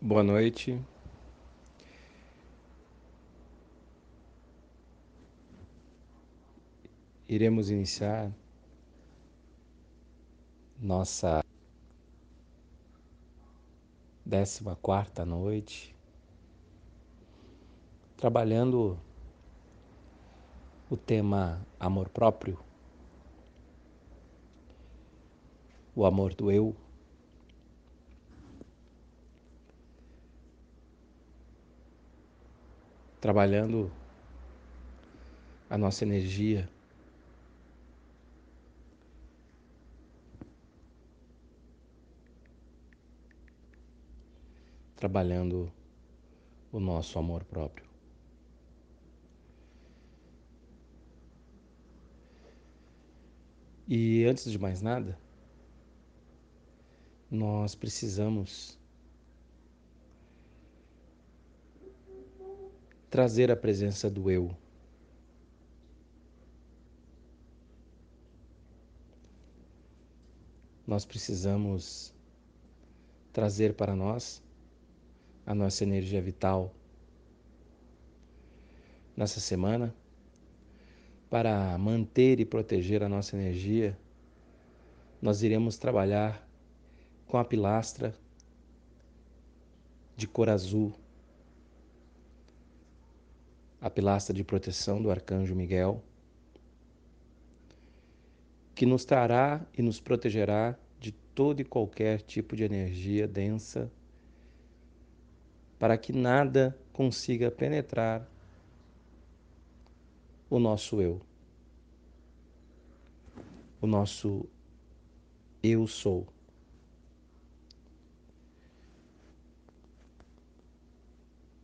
Boa noite. Iremos iniciar nossa 14ª noite, trabalhando o tema amor próprio, o amor do eu, trabalhando a nossa energia, trabalhando o nosso amor próprio. E antes de mais nada, nós precisamos trazer a presença do eu. Nós precisamos trazer para nós a nossa energia vital nessa semana. Para manter e proteger a nossa energia, nós iremos trabalhar com a pilastra de cor azul, a pilastra de proteção do Arcanjo Miguel, que nos trará e nos protegerá de todo e qualquer tipo de energia densa, para que nada consiga penetrar o nosso eu, o nosso eu sou.